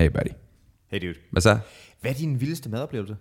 Hey buddy. Hey dude. Hvad så? Hvad er din vildeste madoplevelse?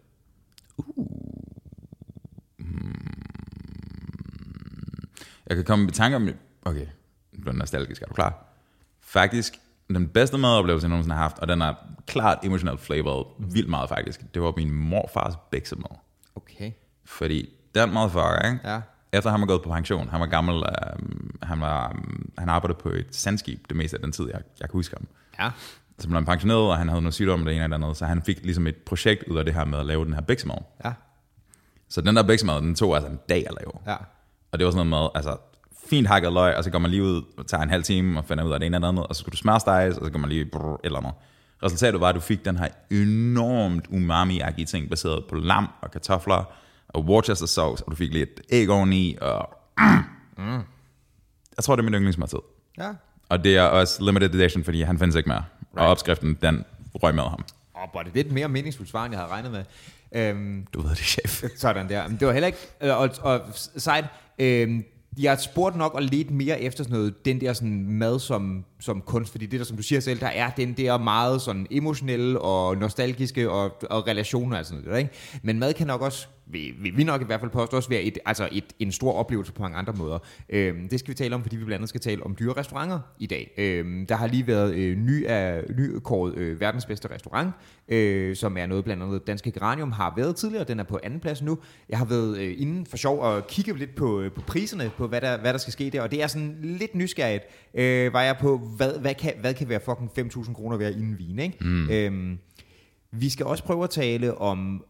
Jeg kan komme i tanke om... Okay, nu bliver nostalgisk. Er du klar? Faktisk, den bedste madoplevelse, jeg nogensinde har haft, og den er klart emotionelt flavored, vildt meget faktisk, det var min morfars biksemad. Okay. Fordi den motherfucker, ikke? Ja. Efter han var gået på pension, han var gammel, han arbejdede på et sandskib det meste af den tid, jeg kan huske ham. Ja. Så blev han pensioneret, og han havde noget sygdom det ene eller andet, så han fik ligesom et projekt ud af det her med at lave den her biksemad. Ja. Så den der biksemad, den tog altså en dag at lave. Ja. Og det var sådan noget med, altså fint hakket løg, og så går man lige ud og tager en halv time og finder ud af det ene eller andet, og så skal du smørsteges, og så går man lige et eller andet. Resultatet var, at du fik den her enormt umami-agtige ting, baseret på lam og kartofler og Worcester sauce, og du fik lidt æg oveni, og jeg tror, det er min yndlingsmåltid. Ja. Og det er også limited edition, fordi han findes ikke mere. Right. Og opskriften, den røg med ham. Var det lidt mere meningsfuldt svar, end jeg havde regnet med. Du ved det, chef. Sådan der. Men det var heller ikke... Og sejt... Jeg har spurgt nok og lidt mere efter sådan noget, den der sådan mad som kunst, fordi det der, som du siger selv, der er den der meget sådan emotionelle og nostalgiske og relationer og sådan noget, ikke? Men mad kan nok også, vil vi nok i hvert fald påstå, også være en stor oplevelse på mange andre måder. Det skal vi tale om, fordi vi blandt andet skal tale om dyre restauranter i dag. Der har lige været nykåret verdens bedste restaurant, som er noget blandt andet Danske Geranium har været tidligere. Den er på anden plads nu. Jeg har været inden for sjov og kigge lidt på priserne, på hvad der skal ske der, og det er sådan lidt nysgerrigt, var jeg på, hvad kan være fucking 5.000 kroner værd inden vin, ikke? Vi skal også prøve at tale om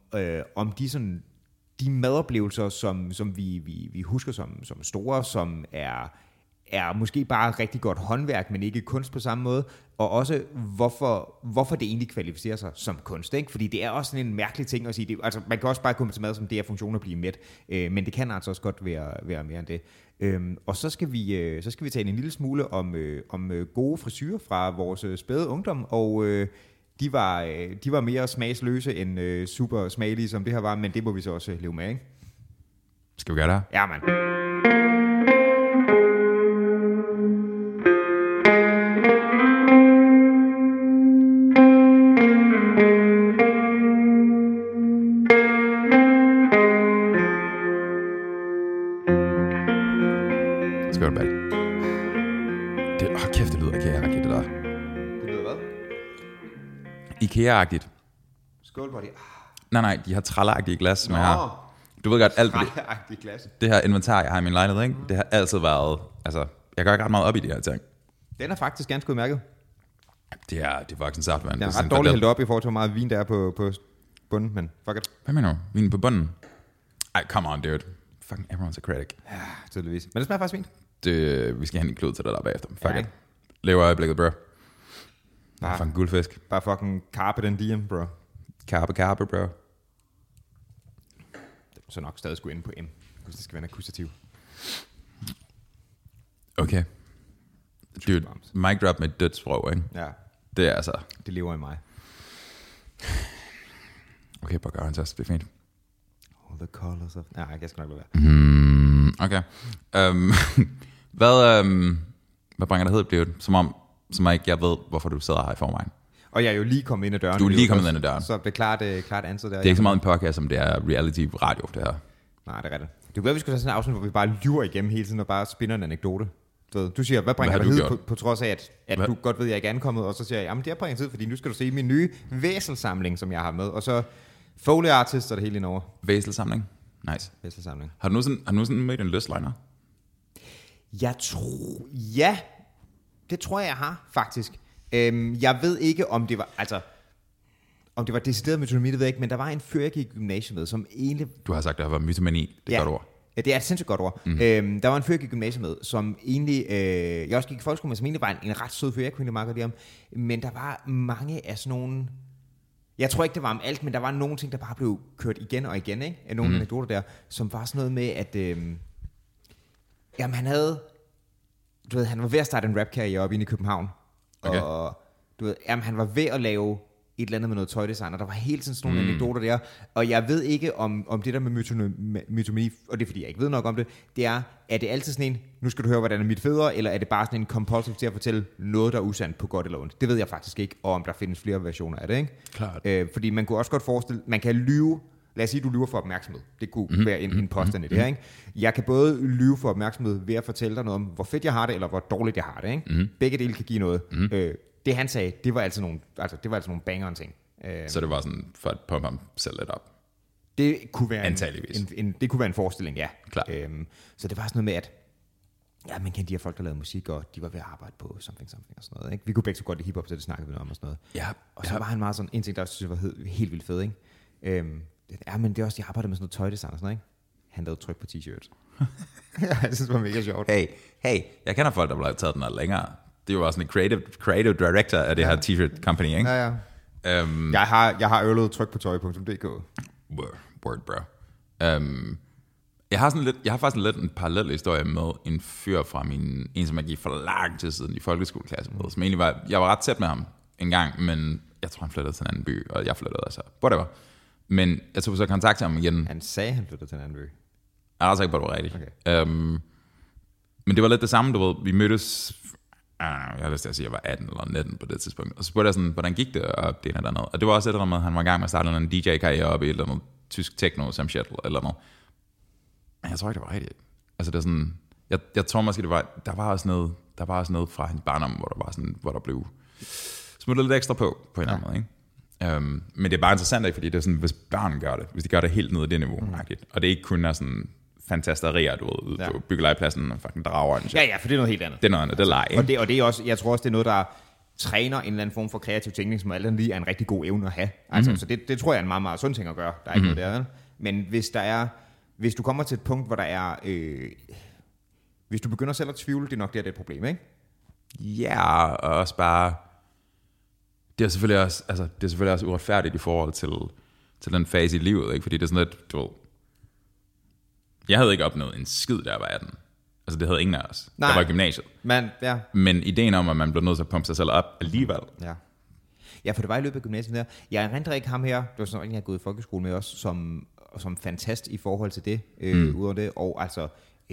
de madoplevelser, som vi husker som store, som er måske bare rigtig godt håndværk, men ikke kunst på samme måde, og også hvorfor det egentlig kvalificerer sig som kunst, ikke? Fordi det er også sådan en mærkelig ting at sige. Det, altså, man kan også bare komme til mad som det er funktion at blive mæt, men det kan altså også godt være mere end det. Og så skal vi tale en lille smule om gode frisyrer fra vores spæde ungdom, og de var mere smagsløse end super smagelige, som det her var, men det må vi så også leve med, ikke? Skal vi gøre det? Ja, man. Skål, buddy. Kæft, det lyder IKEA-agtigt, det der. Det lyder hvad? IKEA-agtigt. Skål, buddy. Nej, de har trælleragtige glas, som jeg har. Du ved godt, alt det her inventar, jeg har i min lejlighed, ikke? Det har altid været... Altså, jeg gør ikke ret meget op i de her ting. Den er faktisk ganske udmærket. Det er faktisk saftevand. Den er ret dårligt hældt op i forhold til, hvor meget vin der er på bunden, men fuck it. Hvad mener du? Vin på bunden? Ej, come on, dude. Fucking everyone's a critic. Ja, tydeligvis. Men det smager faktisk fint. Vi skal have en klud til det der bagefter. Fuck it. Lever øjeblikket, bro. Fucking guldfisk. Bare fucking carpe den diem, bro. Carpe, bro. Så nok stadig skulle ende på M, hvis det skal være en akkusativ. Okay. Dude, mic drop med et dødt sprog, ikke? Ja. Det er altså... Det lever i mig. Okay, bare gør det er fint. All the colors of... Ja, jeg skal nok lade være. Okay. Hvad bringer dig hed, blev det? Som ikke jeg ved, hvorfor du sidder her i forvejen. Og jeg er jo lige kommet ind ad døren. Du er lige kommet ind ad døren. Så det er klart ansat der. Det er ikke så meget en podcast, som det er reality radio, det her. Nej, det er rigtigt. Det er godt, vi skulle have sådan en afsnit, hvor vi bare lyver igennem hele tiden og bare spinner en anekdote. Du siger, hvad bringer dig hed på trods af, at du godt ved, at jeg ikke er ankommet, og så siger jeg, jamen det er bringer tid, fordi nu skal du se min nye væselsamling, som jeg har med, og så Foley Artist og det hele indover. Væselsamling? Nice. Væselsamling. Har du nogensinde mødt en løsliner? Ja, det tror jeg har, faktisk. Jeg ved ikke, om det var decideret mytonomi, det ved jeg ikke, men der var en fyr, jeg gik i gymnasiet med, som egentlig... Du har sagt, at der var mytomani. Det er et godt ord. Ja, det er et sindssygt godt ord. Der var en fyr, jeg gik i gymnasiet med, som egentlig... jeg også gik i folkeskole med, som egentlig var en ret sød fyr, jeg kunne egentlig meget godt lide ham. Men der var mange af sådan nogle... Jeg tror ikke, det var om alt, men der var nogle ting, der bare blev kørt igen og igen, ikke? Af nogle anekdoter der, som var sådan noget med, at... jamen, han havde... Du ved, han var ved at starte en rap-karriere oppe inde i København. Okay. Og du ved, jamen, han var ved at lave et eller andet med noget tøjdesign, og der var hele tiden sådan nogle anekdoter der, og jeg ved ikke om det der med mytomani, og det er fordi jeg ikke ved nok om det, det er det altid sådan en, nu skal du høre, hvordan er mit federe, eller er det bare sådan en compulsive til at fortælle noget, der er usandt på godt eller ondt? Det ved jeg faktisk ikke, og om der findes flere versioner af det, ikke? Klart. Fordi man kunne også godt forestille, man kan lyve, lad os sige, du lyver for opmærksomhed. Det kunne være en påstand i det her, ikke? Jeg kan både lyve for opmærksomhed ved at fortælle dig noget om, hvor fedt jeg har det, eller hvor dårligt jeg har det, ikke? Begge dele kan give noget. Det han sagde, det var altså nogle bangeren ting. Så det var sådan for at pumpe ham selv lidt op? Det kunne være det kunne være en forestilling, ja. Klar. Så det var sådan noget med, at man kendte de her folk, der lavede musik, og de var ved at arbejde på something og sådan noget, ikke? Vi kunne begge så godt lide hiphop, så det snakkede vi om og sådan noget. Ja. Og så var han meget sådan, en ting, der synes jeg var helt vildt fed, ikke? Men det er også, de arbejdede med sådan noget tøjdesign og sådan noget, ikke? Han lavede tryk på t-shirts. Jeg synes, det var mega sjovt. Hey, jeg kender folk, der har taget den længere. Det er jo også en creative director af det her t-shirt company, ikke? Ja. Jeg har øvlet tryk på tøj.dk. Word, bro. Jeg har faktisk lidt en parallel historie med en fyr fra en som jeg gik for lang tid siden i folkeskoleklasse med, som egentlig jeg var ret tæt med ham en gang, men jeg tror han flyttede til en anden by, og jeg flyttede altså, whatever. Men jeg tog så kontakt til ham igen. Han sagde, han flyttede til en anden by. Jeg er altså ikke, hvor det var rigtigt. Okay. Men det var lidt det samme, du ved. Vi mødtes, jeg har lyst til at sige, at jeg var 18 eller 19 på det tidspunkt. Og så spurgte jeg sådan, hvordan gik det, og det ene eller andet. Og det var også et eller andet med, at han var i gang med at starte en DJ-karriere op i et eller andet tysk techno, som shuttle eller noget. Men jeg tror ikke, det var rigtigt. Altså det er sådan, jeg tror måske, der var også noget fra hans barndom, hvor der blev smuttet lidt ekstra på en eller anden måde, ikke? Men det er bare interessant, ikke? Fordi det er sådan, hvis børn gør det, hvis de gør det helt ned i det niveau, og det ikke kun er sådan fantasterier, du ved, ude på byggelejepladsen og fucking drager. Ja, for det er noget helt andet. Det er noget andet, det er leg. Og det er også, jeg tror også, det er noget, der træner en eller anden form for kreativ tænkning, som alt andet lige er en rigtig god evne at have. Altså, så det tror jeg er en meget, meget sund ting at gøre. Der er ikke noget der. Men hvis du kommer til et punkt, hvor der er, hvis du begynder selv at tvivle, det er nok det er et problem, ikke? Ja, og også bare, det er selvfølgelig også uretfærdigt i forhold til den fase i livet, ikke? Fordi det er sådan lidt, du ved, jeg havde ikke opnået en skid, der var 18. Altså det havde ingen af os. Nej. Der var gymnasiet. Men ideen om, at man blev nødt til at pumpe sig selv op alligevel. Ja, for det var i løbet af gymnasiet der. Jeg erindrer ikke ham her, det var sådan en, jeg har gået i folkeskole med også, som fantast i forhold til det, ud af det, og altså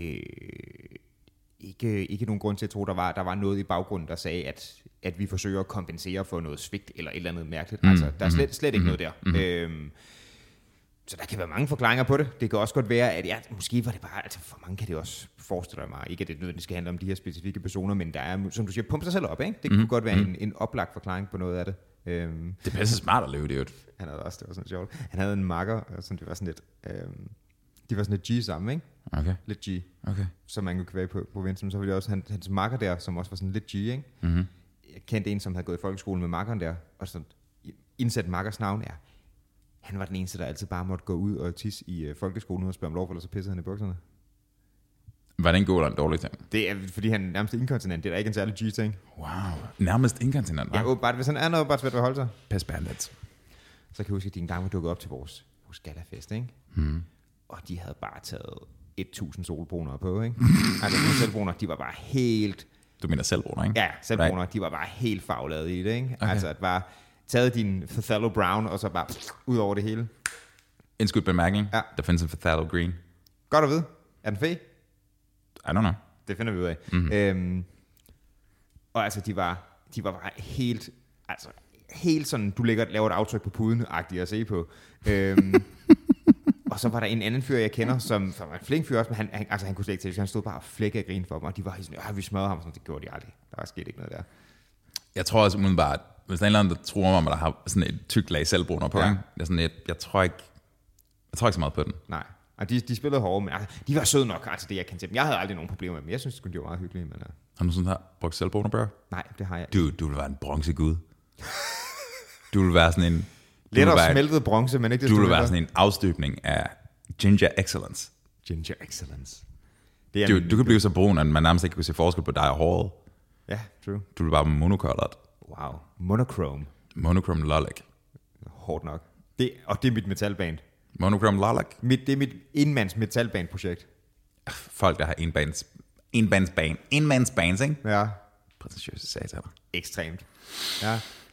ikke nogen grund til at tro, der var noget i baggrunden, der sagde, at vi forsøger at kompensere for noget svigt, eller et eller andet mærkeligt. Altså, der er slet ikke noget der. Så der kan være mange forklaringer på det. Det kan også godt være, at måske var det bare, altså for mange kan det også forestille mig, ikke at det nødvendigvis skal handle om de her specifikke personer, men der er, som du siger, pumpe sig selv op, ikke? Det kunne godt være en oplagt forklaring på noget af det. Det er pisse smart at leve det, jo. Han havde også, det var sådan sjovt. Han havde en makker, som det var sådan lidt, de var sådan lidt G sammen, ikke? Okay. Lidt G. Okay. Så man kunne kvæge på provinsen. Så var det også hans makker der, som også var sådan lidt G, ikke? Jeg kendte en, som havde gået i folkeskolen med makkeren der, og så indsat makkers navn er, han var den eneste, der altid bare måtte gå ud og tisse i folkeskolen og spørge om lov, eller så pissede han i bukserne. Var det en god eller en dårlig ting? Det er, fordi han er nærmest inkontinent. Det er da ikke en særlig G-ting. Wow. Nærmest inkontinent, hva'? Ja, åbenbart. Hvis han er noget, bare svært at holde sig. Pæs bandits. Så kan jeg huske, at de engang var dukket op til vores galafest, ikke? Og de havde bare taget 1000 solbruner på, ikke? Altså nogle selvbruner, de var bare helt... Du mener selvbruner, ikke? Ja, selvbruner, de var bare helt fagladet i det, ikke? Okay. Altså at bare taget din phthalo brown, og så bare ud over det hele. En skudt bemærkning. Ja. Der findes en phthalo green. Godt at vide. Er den fed? I don't know. Det finder vi ud af. Og altså, de var bare helt sådan, du laver et aftryk på puden-agtigt at se på. Og så var der en anden fyr, jeg kender, som var en flink fyr også, men han kunne slet ikke til, han stod bare og flækkede og grinede for mig, og de var sådan, vi smadrede ham, sådan, det gjorde de aldrig. Der var sket ikke noget der. Jeg tror også umiddelbart, hvis der er en eller anden, der tror mig, at der har sådan et tykt lag selvbruner på, ikke? Det er sådan, jeg tror ikke så meget på den. Nej. Og de spillede hårde, men altså, de var søde nok, altså det jeg kendte dem. Jeg havde aldrig nogen problemer med dem. Jeg synes, de var meget hyggelige. Men, Har du sådan her brugt selvbruner, bro? Nej, det har jeg ikke. Du vil være en bronzegud. Du vil være sådan en... Lettere smeltet bronze, men ikke det. Du vil være sådan en afstøbning af Ginger Excellence. Ginger Excellence. Du kan blive så brun, at man nærmest ikke kan se forskel på dig og håret. Ja, true. Du vil bare være monocolored. Wow. Monochrome. Monochrome Lollek. Hårdt nok. Det er mit metalband. Monochrome Lollek? Det er mit enmands metalband-projekt. Folk, der har enmandsbands, ikke? Ja. Prætentiøse sataner. Ekstremt. Ja.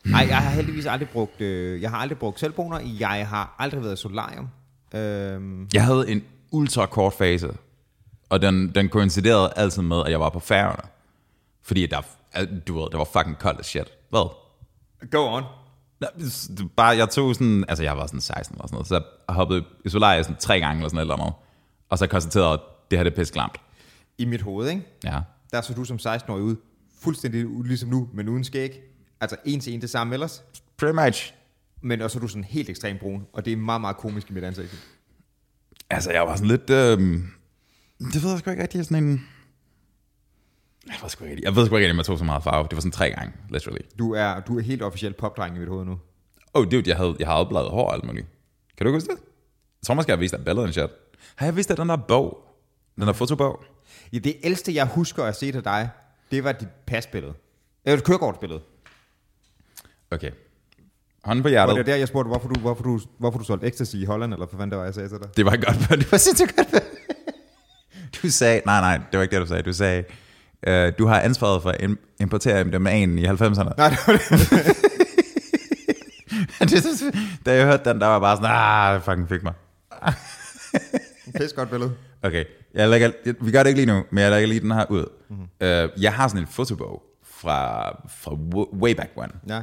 Nej, jeg har heldigvis aldrig brugt selvbruner. Jeg har aldrig været i solarium. Jeg havde en ultra kort fase, og den koinciderede altid med, at jeg var på Færøerne. Fordi der var fucking koldt as shit. Hvad? Go on. Jeg tog sådan, altså jeg var sådan 16 eller sådan noget, så jeg hoppede i solarium sådan 3 gange eller sådan eller andet. Og så konstaterede jeg, at det her det er pisseklamt. I mit hoved, ikke? Ja. Der så du som 16-årig ud, fuldstændig ligesom nu, men uden skæg. Altså en til en det samme ellers. Pretty much. Men også er du sådan helt ekstremt brun, og det er meget, meget komisk i mit ansigt. Altså jeg var sådan lidt, det ved jeg sgu ikke rigtig, sådan en... Jeg ved sgu ikke rigtig, om jeg tog så meget farve. Det var sådan 3 gange, literally. Du er helt officielt popdreng i mit hoved nu. Dude, jeg har opbladet hår og alt muligt. Kan du ikke huske det? Jeg tror måske, jeg har vist dig billeder og shit. Har jeg vist dig den der bog? Den der fotobog? Ja, det ældste, jeg husker at se til dig, det var dit pasbillede. Eller et kørekortsbillede. Okay. Hånden på hjertet. Og det var der, jeg spurgte, hvorfor du solgte ecstasy i Holland, eller hvad fanden det var, jeg sagde til dig? Det var godt. Det var sindssygt godt. Du sagde, nej, det var ikke det, du sagde. Du sagde, du har ansvaret for at importere MDMA'en i 90'erne. Nej, det var det. Da jeg hørte den, der var bare sådan, det fucking fik mig. Pisse godt billede. Okay, vi gør det ikke lige nu, men jeg lægger lige den her ud. Mm-hmm. Jeg har sådan en fotobog fra way back when. Ja.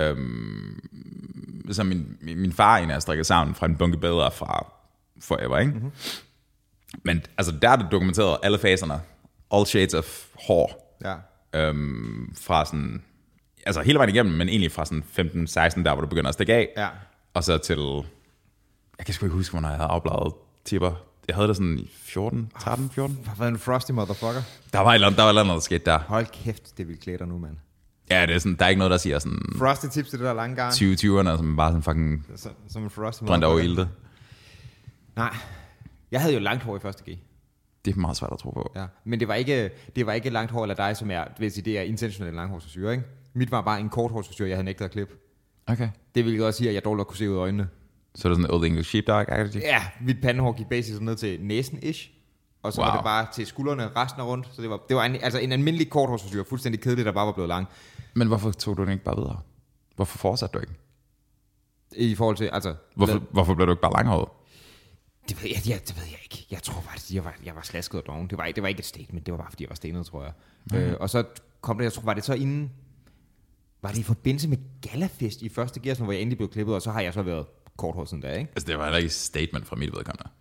Som min far egentlig har strikket sammen fra en bunke billeder fra forever, ikke? Mm-hmm. Men altså, der er det dokumenteret alle faserne, all shades of hår. Ja. Fra sådan, altså hele vejen igennem, men egentlig fra sådan 15-16, der hvor du begynder at stikke af. Ja. Og så til, jeg kan sgu ikke huske, hvornår jeg havde afbladet tipper. Jeg havde det sådan i 13-14. Hvad en frosty motherfucker. Der var et eller andet, der skete der. Hold kæft, det vil klæde dig nu, mand. Ja, det er sådan, der er ikke noget, der siger sådan... Frosty tips til det der lange garn. 20'erne, som bare sådan fucking... Som en frosty brændt over ilde. Nej, jeg havde jo langt hår i første G. Det er meget svært at tro på. Ja, men det var ikke langt hår eller dig, som det er intentionelt langhårsforsyre, ikke? Mit var bare en korthårsforsyre, jeg havde nægtet at klippe. Okay. Det ville også sige, at jeg dårligt kunne se ud af øjnene. Så er det sådan en Old English Sheepdog, actually? Ja, mit pandehår gik basisk sådan ned til næsen-ish. Og så var det bare til skuldrene resten af rundt. Så det var en almindelig korthårsforsyre, fuldstændig kedelig, der bare var blevet lang. Men hvorfor tog du den ikke bare videre? Hvorfor fortsatte du ikke? I forhold til, altså... Hvorfor blev du ikke bare langhåret? Det ved jeg ikke. Jeg tror faktisk, jeg var slasket og doven. Det var ikke et statement, det var bare fordi, jeg var stenet, tror jeg. Okay. Og så kom det, jeg tror, var det så inden... Var det i forbindelse med Galafest i første gear, hvor jeg endelig blev klippet, og så har jeg så været korthåret siden der, ikke? Altså, det var heller ikke et statement fra mit vedkommende.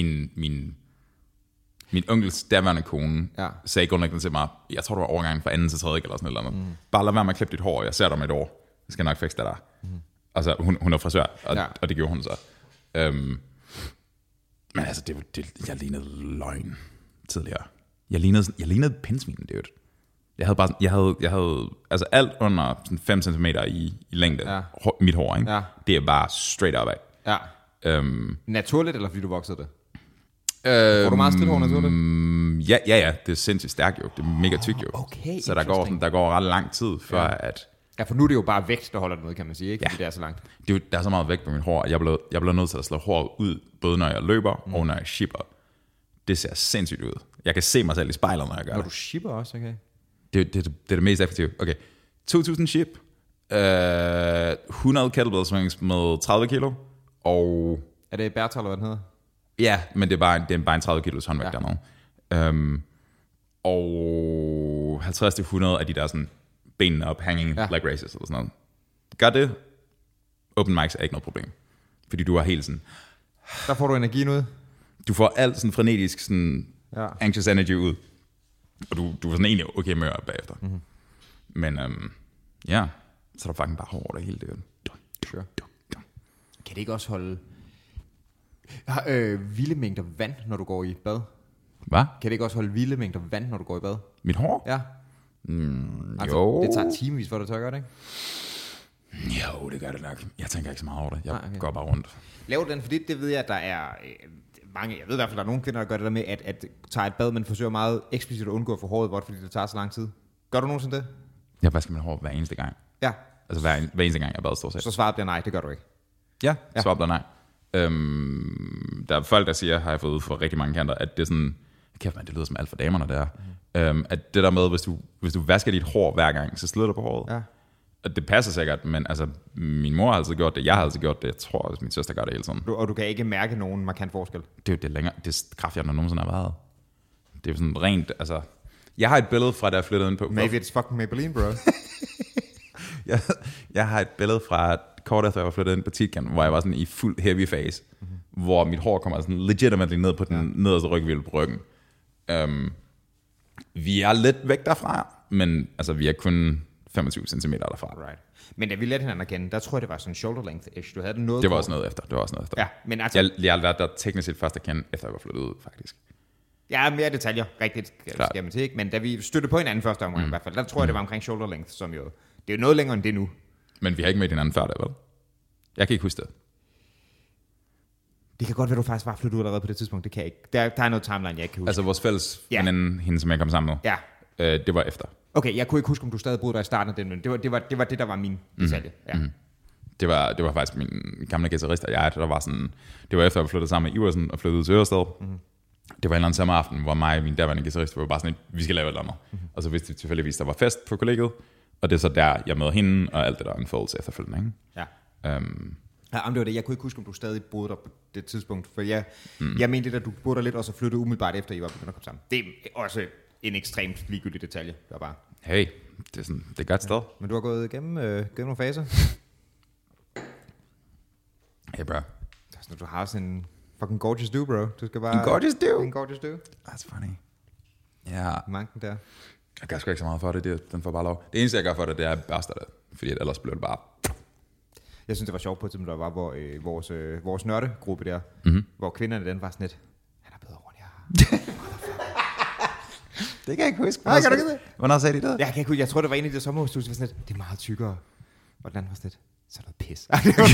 Min onkels derværende kone sagde grundlæggende til mig, jeg tror, det var overgangen fra anden til tredje eller sådan noget. Bare lad være med at klippe dit hår, jeg ser dig om et år. Jeg skal nok fikse det der. Altså, hun er frisør, og det gjorde hun så. Men altså, jeg lignede løgn tidligere. Jeg lignede pindsvin, det er jo. Jeg havde altså alt under sådan 5 cm i længde, mit hår, ikke? Ja. Det er bare straight up af. Ja. Naturligt, eller fordi du voksede det? Får du meget stridthår naturligt? Ja, det er sindssygt stærkt jo. Det er mega tykt jo. Okay, så der går ret lang tid, før at... Ja, for nu er det jo bare vægt, der holder det med, kan man sige, ikke? Fordi det er så langt. Der er så meget vægt på mit hår, at jeg blev nødt til at slå håret ud, både når jeg løber og når jeg shipper. Det ser sindssygt ud. Jeg kan se mig selv i spejlet, når jeg gør det. Når du shipper også, okay? Det er det mest effektive. Okay, 2.000 ship, 100 kettlebell swings med 30 kilo, og... Er det Bertal, eller hvad den hedder? Ja, men det er bare en 30 kilos håndvægt dernede. Og 50-100 af de der sådan benene op, hanging leg raises eller sådan noget. Gør det. Open mics er ikke noget problem. Fordi du er helt sådan... Der får du energien ud. Du får alt sådan frenetisk, sådan anxious energy ud. Og du er sådan egentlig okay med bagefter. Mm-hmm. Men så er der fucking bare hår over det hele. Det sure. Kan det ikke også holde vilde mængder vand, når du går i bad? Hvad? Kan det ikke også holde vilde mængder vand, når du går i bad? Mit hår? Ja. Altså, jo. Det tager timevis for dig til at gøre det, ikke? Jo, det gør det nok. Jeg tænker ikke så meget over det. Jeg går bare rundt. Laver du den, fordi det ved jeg, at der er mange... Jeg ved i hvert fald, der er nogle kvinder, der gør det der med, at tage et bad, men forsøger meget eksplicit at undgå at få håret vådt, fordi det tager så lang tid. Gør du nogensinde det? Jeg vasker mit hår hver eneste gang. Ja. Altså hver eneste gang, jeg bader stort set. Så svaret bliver nej, det gør du ikke? Ja. Svaret bliver nej. Der er folk, der siger, har jeg fået ud for rigtig mange kanter, at det er sådan... Kæft man, det lyder som alt for damerne der. At det der med, hvis du vasker dit hår hver gang, så slider du på håret. Og det passer sikkert, men altså, min mor har altid gjort det, jeg har altid gjort det, jeg tror også, min søster gør det hele tiden. Og du kan ikke mærke nogen markant forskel? Det er jo det længere, det er kraftigere, end der nogensinde har været. Det er jo sådan rent, altså... Jeg har et billede fra, da jeg flyttede ind på... Maybe it's fucking Maybelline, bro. jeg har et billede fra kort efter, jeg var flyttet ind på Titkan, hvor jeg var sådan i fuld heavy face, hvor mit hår kommer sådan legitimately ned på den nederste rygvivel på ryggen. Vi er lidt væk derfra, men altså, vi er kun 25 cm derfra. Right. Men da vi lærte hinanden igen, der tror jeg, det var sådan shoulder length-ish. Du havde den noget. Det var også noget efter. Ja, men altså... Jeg har lært dig teknisk set først at kende, efter jeg var flyttet ud, faktisk. Ja, mere detaljer, rigtigt, skal man til, ikke? Men da vi støttede på hinanden første omgang i hvert fald, der tror jeg, det var omkring shoulder length, som jo... Det er jo noget længere end det nu. Men vi har ikke mødt hinanden før det, vel? Jeg kan ikke huske det. Det kan godt være, du faktisk var flyttet ud allerede på det tidspunkt. Det kan jeg ikke. Der er noget timeline, jeg ikke kan huske. Altså vores fælles veninde, hende som jeg kom sammen med, det var efter. Okay, jeg kunne ikke huske, om du stadig boede der i starten af den, men det var det, der var min detalje. Ja. Det var faktisk min gamle guitarist og jeg, der var sådan... Det var efter, at vi flyttede sammen med Iversen og flyttede ud til Ørested. Det var en eller anden sommeraften, hvor mig og min daværende guitarist var bare sådan, vi skal lave et eller andet. Og så vidste vi tilfældigvis, der var fest på kollegiet, og det er så der, jeg møder hende, og alt det der unfolds efterfølgende. Ikke? Ja. Ja, det var det. Jeg kunne ikke huske, om du stadig boede der på det tidspunkt, for jeg mente, at du boede der lidt, og så flyttede umiddelbart efter, I var begyndt at komme sammen. Det er også en ekstremt ligegyldig detalje. Det var bare... Hey, det er godt sted. Men du har gået igennem nogle faser. Hey, bro. Du har sådan en fucking gorgeous do, bro. Du skal bare... En gorgeous do? En gorgeous do. That's funny. Ja. Manken der. Jeg gør sgu ikke så meget for det, den får bare lov. Det eneste, jeg gør for det, er at børste det. Fordi ellers blev det bare... Jeg synes, det var sjovt på et tidspunkt, der var vores nørdegruppe der, hvor kvinderne, den var sådan lidt, han er bedre rundt, Det kan jeg ikke huske. Nej, kan du ikke det? Hvornår sagde de det? Jeg kan ikke huske. Jeg tror, det var en af de sommerhusstudier, der var sådan lidt, det er meget tykkere. Og den anden var sådan lidt, så er noget pis.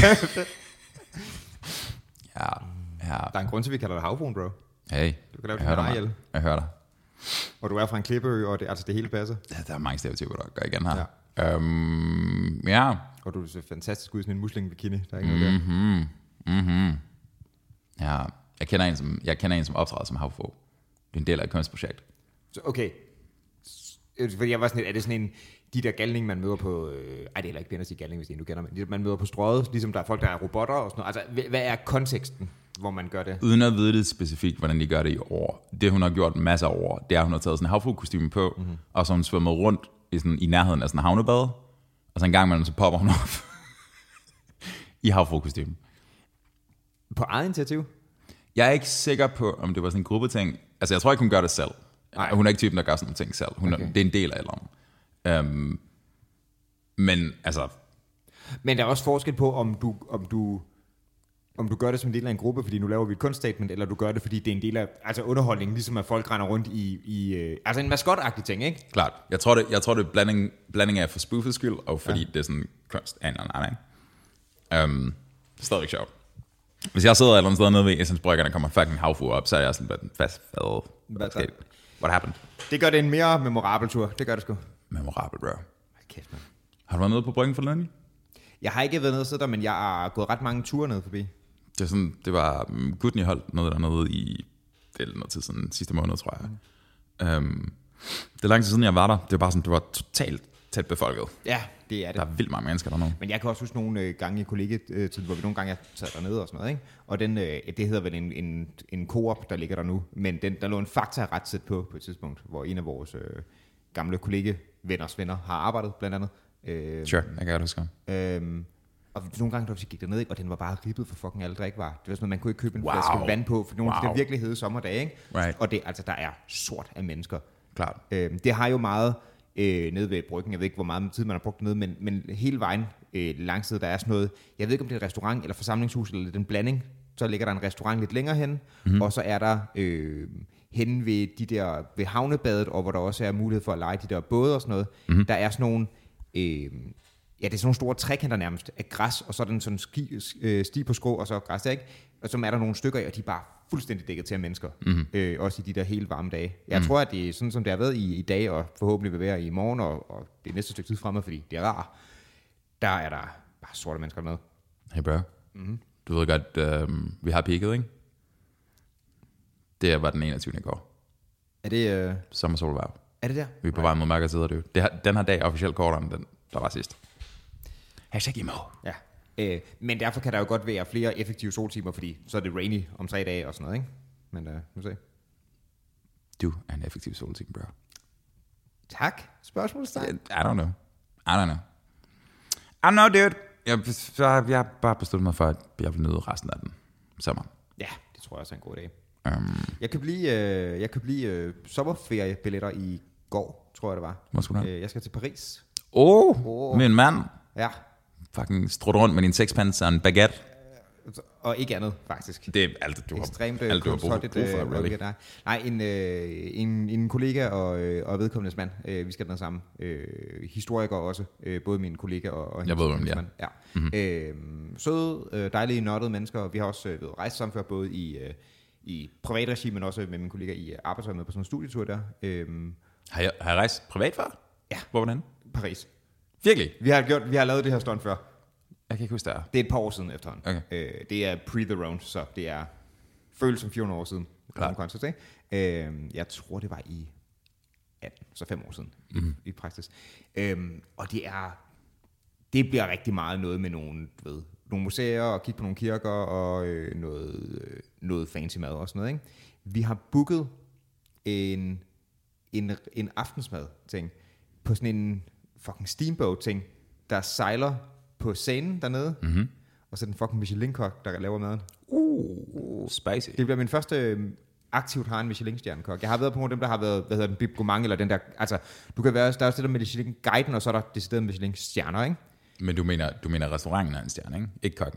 Ja. Der er en grund til, vi kalder det havfruen, bro. Hey, du kan lave det jeg hører dig. Og du er fra en klippeø, og det hele passer. Ja, der er mange stereotyper, der gør igen her. Ja. Ja. Og du ser fantastisk ud i sådan en muslingbikini. Der er ikke noget der. Ja, jeg kender en, som optræder som havfru. Det er en del af et kunstprojekt. Så okay. Fordi jeg var sådan lidt, er det sådan en, de der galning, man møder på... det er heller ikke pænt at sige galning, hvis du kender, men man møder på strøget, ligesom der er folk, der er robotter og sådan noget. Altså, hvad er konteksten, hvor man gør det? Uden at vide det specifikt, hvordan de gør det i år. Det, hun har gjort masser af år, det er, at hun har taget sådan en havfruekostyme på, og så har hun svømmet rundt i nærheden af sådan en havnebad, og så en gang imellem, så popper hun op i havfruekostyme. På eget initiativ? Jeg er ikke sikker på, om det var sådan en gruppeting. Altså, jeg tror ikke, hun gør det selv. Nej. Hun er ikke typen, der gør sådan nogle ting selv. Det er en del af alderen. Men altså... Men der er også forskel på, om du gør det som en del af en gruppe, fordi nu laver vi et kunststatement, eller du gør det, fordi det er en del af underholdning, ligesom at folk render rundt i altså en maskotagtig ting, ikke? Klart. Jeg tror, det er blanding af for spoofets skyld, og fordi det er sådan kunst af en eller anden. Stadig sjovt. Hvis jeg sidder et eller andet sted nede ved Essens Brygger, der kommer fucking havfru op, så er jeg sådan, what happened? Det gør det en mere memorabel tur. Det gør det sgu. Memorabel, bro. Kæft, man. Har du været nede på Bryggen for længe? Jeg har ikke været nede og siddet der, men jeg har gået ret mange ture ned forbi. Det var Gudni holdt noget dernede i noget tid sådan sidste måned, tror jeg. Det er lang tid siden, jeg var der. Det var bare sådan, det var totalt tæt befolket. Ja, det er det. Der er vildt mange mennesker dernede. Men jeg kan også huske nogle gange i kollegietiden, hvor vi nogle gange sad dernede og sådan noget, ikke? Og den, det hedder vel en Coop, der ligger der nu. Men der lå en Fakta ret tæt på et tidspunkt, hvor en af vores gamle kollegevenners venner har arbejdet, blandt andet. Sure, jeg kan godt huske. Og nogle gange, da vi gik derned, og den var bare ribbet for fucking alle drikvarer. Det var sådan, man kunne ikke købe en flaske vand på, for nogle af de der virkelig hede sommerdage, ikke? Right. Og det, altså, der er sort af mennesker. Klart. Det har jo meget nede ved Bryggen. Jeg ved ikke, hvor meget tid man har brugt nede, men hele vejen langs side, der er sådan noget, jeg ved ikke, om det er et restaurant eller forsamlingshus, eller den blanding. Så ligger der en restaurant lidt længere hen, og så er der henne ved havnebadet, og hvor der også er mulighed for at lege de der både og sådan noget. Der er sådan nogle... det er sådan nogle store trekanter nærmest af græs, og så er den sådan sti på skrå, og så græs der, ikke? Og så er der nogle stykker, og de er bare fuldstændig dækket til af mennesker. Også i de der helt varme dage. Jeg tror, at det er sådan, som det har været i dag, og forhåbentlig vil være i morgen, og det næste stykke tid fremad, fordi det er rart. Der er der bare sorte mennesker med. Hey bro, du ved godt, vi har peaked, ikke? Det var den 21. i går. Er det... Sommersolværv. Er det der? Vi er på vej mod mørkere tider, det. Den her dag er officielt kortere end den, der var sidst. #emo. Ja. Men derfor kan der jo godt være flere effektive soltimer, fordi så er det rainy om 3 dage og sådan noget, ikke? Men nu se. Du er en effektiv solteam, bro. Tak. Spørgsmålstegn? I don't know. I don't know, dude. Jeg har bare besluttet mig for, at jeg vil nyde resten af den sommer. Ja, det tror jeg også er en god idé. Jeg købte lige sommerferiebilletter i går, tror jeg det var. Hvor skulle du Jeg skal til Paris. Min mand. Ja. Fucking strutte rundt med din sexpants og en baguette. Og ikke andet, faktisk. Det er alt, du Ekstremt har brug for, really. Nej, en kollega og vedkommendes mand. Vi skal dernede sammen. Historiker også. Både min kollega og jeg ved, hvem mand. Ja. Mm-hmm. Søde, dejlige, nørdede mennesker. Vi har også rejst sammen før, både i privat regi, men også med min kollega i arbejdsøjet med på sådan en studietur der. Har jeg rejst privat før? Ja. Hvordan? Paris. Virkelig? Vi har lavet det her stunt før. Jeg kan ikke huske det. Det er et par år siden efterhånden. Okay. Det er pre-the round, så det er føles som 400 år siden. Koncert, jeg tror, det var i 18, så 5 år siden i praksis. Og det bliver rigtig meget noget med nogle museer og kigge på nogle kirker og noget fancy mad og sådan noget. Ikke? Vi har booket en aftensmad-ting på sådan en fucking steamboat-ting, der sejler på scenen dernede, og så den fucking Michelin-kok, der laver maden. Spicy. Det bliver min første aktivt har en Michelin-stjernekok. Jeg har været på nogle af dem, der har været, hvad hedder den, Bib Gourmand, eller den der, altså, du kan være, der er også det der med Michelin-guiden, og så er der decideret Michelin-stjerner, ikke? Men du mener restauranten er en stjerne, ikke? Ikke kokken?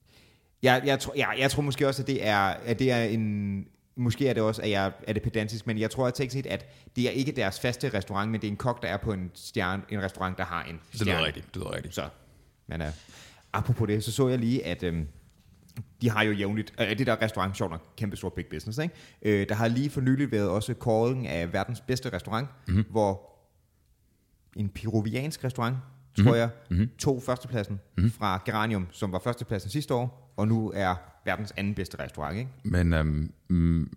Jeg tror måske også, at det er en... Måske er det også, at det pedantisk, men jeg tror teknisk set, at det er ikke deres faste restaurant, men det er en kok, der er på en restaurant, der har en stjerne. Det lyder rigtigt. Så, men apropos det, så jeg lige, at de har jo jævnligt, det der restaurant, sjovt nok, kæmpe stor big business, ikke? Der har lige for nylig været også calling af verdens bedste restaurant, hvor en peruviansk restaurant, tror jeg, tog førstepladsen fra Geranium, som var førstepladsen sidste år, og nu er verdens anden bedste restaurant, ikke? Men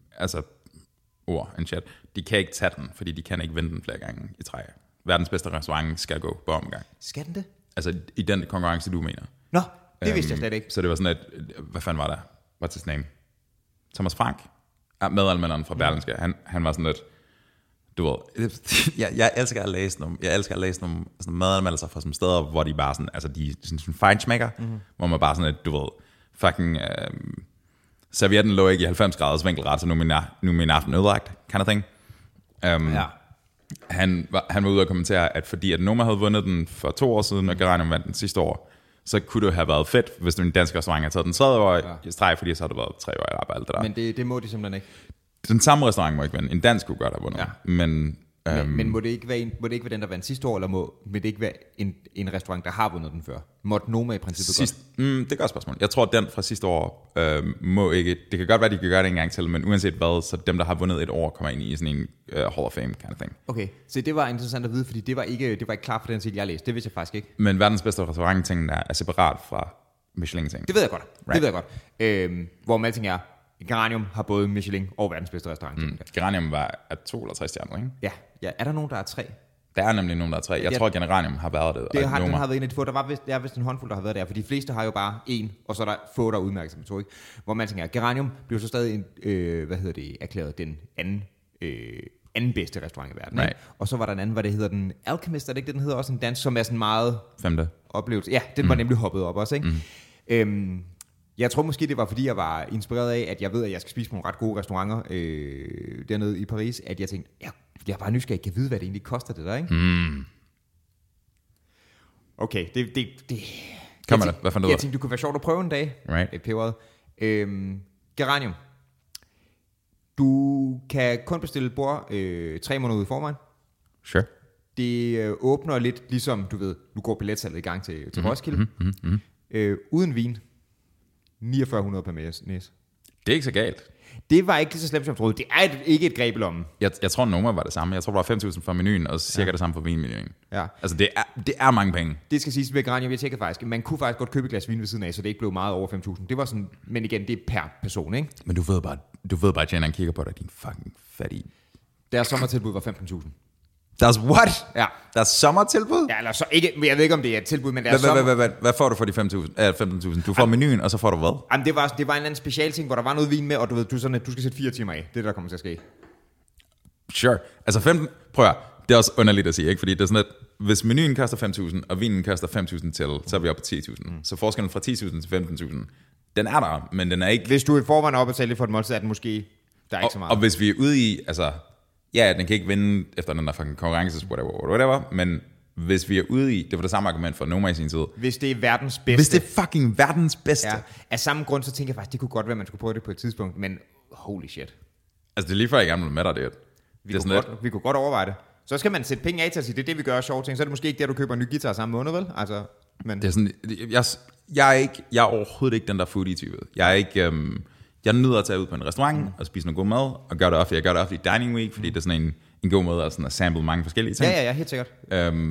en chat, de kan ikke tage den, fordi de kan ikke vinde den flere gange i træk. Verdens bedste restaurant skal gå på omgang. Skal den det? Altså i den konkurrence, du mener. Nå, det vidste jeg slet ikke. Så det var sådan hvad fanden var der? What's his name? Thomas Frank? Medanmelderen fra Berlingske. Han var sådan lidt, du ved, jeg elsker at læse nogle sådan madanmeldelser fra sådan steder, hvor de bare sådan, altså de sådan feinschmecker, hvor man bare sådan lidt, du ved, fucking servietten lå ikke i 90 graders vinkelret, så nu er min aften ødelagt, kind of thing. Han var ude og kommentere, at fordi at Noma havde vundet den for 2 år siden, og Geranium vandt den sidste år, så kunne det have været fedt, hvis du en dansk restaurant havde taget den 3. år i streg, fordi så har det været 3 år i arbejde. Det der. Men det må de simpelthen ikke. Den samme restaurant må ikke vinde. En dansk kunne godt have vundet. Ja. Men må det ikke være den, der vandt sidste år, eller må det ikke være en restaurant, der har vundet den før? Måtte Noma i princippet godt? Det er et godt spørgsmål. Jeg tror, at den fra sidste år må ikke... Det kan godt være, at de kan gøre det en gang til, men uanset hvad, så dem, der har vundet et år, kommer ind i sådan en Hall of Fame kind of thing. Okay, så det var interessant at vide, fordi det var ikke klart for den tid, jeg læste. Det vidste jeg faktisk ikke. Men verdens bedste restaurant-ting er separat fra Michelin-ting. Det ved jeg godt. Right. Det ved jeg godt. Hvor med alting er, Geranium har både Michelin og verdens bedste restaurant. Geranium er 2 eller 3 stjerner, ikke? Ja. Er der nogen, der er 3? Der er nemlig nogen, der er 3. Jeg tror, at Geranium har været det. Den har været en af de få. Der er vist en håndfuld, der har været der, for de fleste har jo bare 1, og så er der få, der udmærker sig med 2, ikke? Hvor man tænker, Geranium bliver så stadig erklæret den anden bedste restaurant i verden. Right. Og så var der en anden, hvad det hedder, den Alchemist, er det ikke det, den hedder? Også en dans, som er sådan meget... 5. oplevelse. Ja, den var nemlig hoppet op også, ikke? Jeg tror måske, det var, fordi jeg var inspireret af, at jeg ved, at jeg skal spise på nogle ret gode restauranter dernede i Paris, at jeg tænkte, jeg er bare nysgerrig, kan vide, hvad det egentlig koster det der, ikke? Okay, Kom med det. Hvad fandt du ud af? Jeg tænkte, du kunne være sjovt at prøve en dag. Right. Peberet. Geranium. Du kan kun bestille bord 3 måneder ude i forvejen. Sure. Det åbner lidt, ligesom du ved, nu går billetsalget i gang til Roskilde. Uden vin. 4900 per næse. Det er ikke så galt. Det var ikke så slemt, som jeg troede. Det er ikke et greb i lommen. Jeg tror, Noma var det samme. Jeg tror, der var 5.000 for menuen, og cirka det samme for vinmenuen. Ja. Altså, det er mange penge. Det skal siges ved Geranium, jeg tjekker faktisk. Man kunne faktisk godt købe et glas vin ved siden af, så det ikke blev meget over 5.000. Det var sådan, men igen, det er per person, ikke? Men du ved bare, at Jenna kigger på dig, din fucking fattige. Deres sommertilbud var 15.000. That's what? Ja. Der er sommertilbud? Ja, eller så ikke, jeg ved ikke, om det er et tilbud, men der er Hvad får du for de 15.000? Du får menuen, og så får du hvad? Jamen, det var en eller anden specialting, hvor der var noget vin med, og du ved, du skal sætte 4 timer af. Det er der kommer til at ske. Sure. Altså prøv at, det er også underligt at sige, ikke? Fordi det er sådan, at hvis menuen koster 5.000, og vinen koster 5.000 til, så er vi oppe på 10.000. Så forskellen fra 10.000 til 15.000, den er der, men den er ikke... Hvis du i forvejen er oppe og sælge for et måltid, er den måske... Der er ikke så meget. Og hvis vi er ude i, altså... Ja, den kan ikke vinde efter den der fucking konkurrence, whatever, men hvis vi er ude i... Det var det samme argument for Noma i sin tid. Hvis det er verdens bedste... Hvis det er fucking verdens bedste. Ja, af samme grund, så tænker jeg faktisk, det kunne godt være, at man skulle prøve det på et tidspunkt, men holy shit. Altså, det er lige før, jeg gerne vil med dig, det. Vi kunne godt overveje det. Så skal man sætte penge af til at sige, det er det, vi gør af sjove ting. Så er det måske ikke det, du køber en ny guitar samme måned, vel? Altså, men... Det er sådan, jeg er overhovedet ikke den der foodie-type. Jeg er ikke... Jeg nyder at tage ud på en restaurant og spise noget god mad, og gøre det ofte. Jeg gør det ofte i Dining Week, fordi det er sådan en god måde at sample mange forskellige ting. Ja, helt sikkert.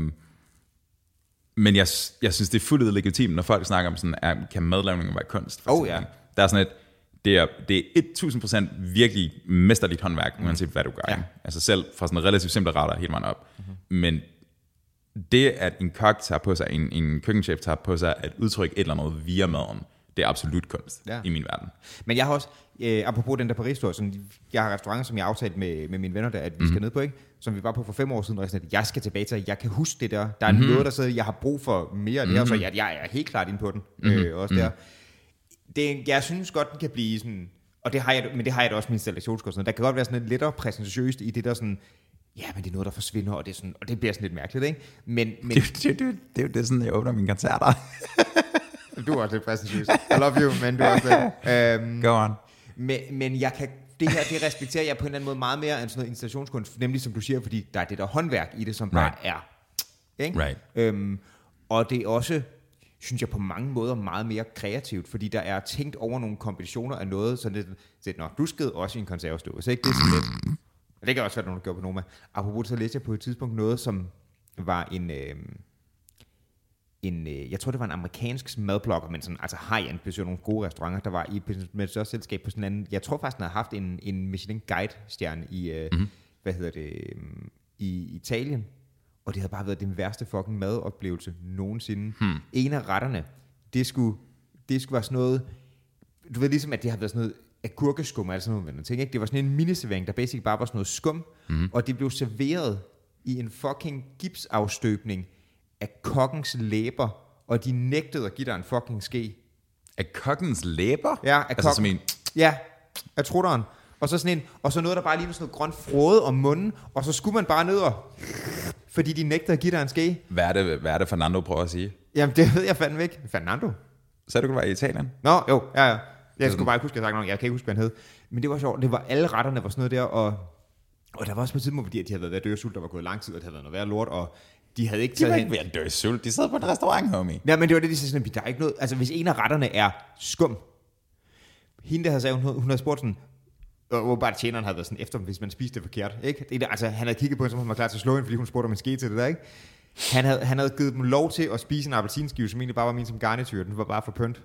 Men jeg synes, det er fuldt legitimt, når folk snakker om sådan, kan madlavning være kunst? Ja. Der er sådan det er 1000% virkelig mesterligt håndværk, uanset hvad du gør. Ja. Altså selv fra sådan en relativt simple retter helt meget op. Men det, at en kok tager på sig, en køkkenchef tager på sig, at udtrykke et eller andet via maden, det er absolut kunst i min verden. Men jeg har også, apropos den der Paris-tur, jeg har restauranter, som jeg har aftalt med mine venner der, at vi skal ned på, ikke? Som vi var på for 5 år siden, og jeg skal tilbage til, jeg kan huske det der. Der er noget, der sidder, jeg har brug for mere af det her, så jeg er helt klart inde på den. Også der. Jeg synes godt, den kan blive sådan, og det har jeg da også med installationskurser. Der kan godt være sådan lidt lettere præsentatiøst i det der sådan, ja, men det er noget, der forsvinder, og det, er sådan, og det bliver sådan lidt mærkeligt, ikke? Men det er sådan, jeg åbner mine koncerter. Du er også lidt præsentatiøst. I love you, men du er også lidt. Go on. Men jeg kan, det her, det respekterer jeg på en eller anden måde meget mere end sådan noget installationskunst, nemlig som du siger, fordi der er det der håndværk i det, som bare er. Ikke? Right. Og det er også, synes jeg, på mange måder meget mere kreativt, fordi der er tænkt over nogle kombinationer af noget, så det du sked også i en konservestue, så ikke det er så let. Og det kan også være, at nogen gjorde på Noma. Apropos, så læste jeg på et tidspunkt noget, som var jeg tror det var en amerikansk madblogger, men sådan, altså high-end besøger nogle gode restauranter, der var med et større selskab på sådan en anden, jeg tror faktisk, den havde haft en Michelin Guide stjerne i, i Italien, og det havde bare været den værste fucking madoplevelse nogensinde. En af retterne, det skulle være sådan noget, du ved ligesom, at det har været sådan noget agurkeskum, eller sådan noget, ting, ikke? Det var sådan en miniservering, der basic bare var sådan noget skum, og det blev serveret i en fucking gipsafstøbning af kokkens læber, og de nægtede at give dig en fucking ske. Af kokkens læber? Ja, af altså som en... Ja, af trutteren. Og så sådan en, og så noget, der bare lige sådan noget grønt frode om munden, og så skulle man bare ned og... Fordi de nægtede at give dig en ske. Hvad er det Fernando prøver at sige? Jamen, det ved jeg fandme ikke. Fernando? Så du kunne være i Italien? Nå, jo, ja. Jeg skulle bare ikke huske, at jeg sagde noget. Jeg kan ikke huske, hvad han hed. Men det var sjovt. Det var alle retterne var sådan noget der, og der var også på tidspunkt, fordi de havde været ved at dø af sult, der var gået lang tid, og det havde været noget værd lort, og de havde ikke taget hen. De var ikke ved at dø af sult. De sad på en restaurant, homie. Ja, men det var det, de sagde sådan, der er ikke noget... Altså, hvis en af retterne er skum, hende der havde sagt, hun havde spurgt sådan, og bare tjeneren havde været sådan efter, hvis man spiste det forkert, ikke? Det der, altså, han havde kigget på hende, som hun var klar til at slå hende, fordi hun spurgte om en ske til det der, ikke? Han havde givet dem lov til at spise en appelsinskive, som egentlig bare var min som garnityr. Den var bare for pynt.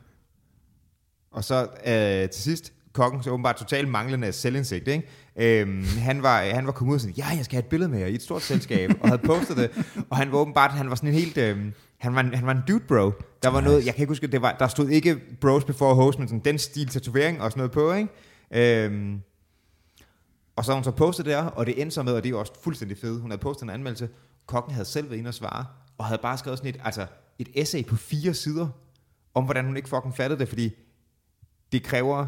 Og så til sidst, kokken, så åbenbart totalt manglende selvindsigt, ikke? Han var kommet ud og sagde, jeg skal have et billede med jer i et stort selskab, og havde postet det, og han var åbenbart, han var sådan en helt, han var en dude bro. Der var noget, jeg kan ikke huske, der stod ikke bros before host, men sådan den stil tatovering og sådan noget på, ikke? Og så havde hun så postet der, og det endte så med, og det er jo også fuldstændig fedt, hun havde postet en anmeldelse, kokken havde selv været inde og svare, og havde bare skrevet sådan et essay på 4 sider, om hvordan hun ikke fucking fattede det, fordi det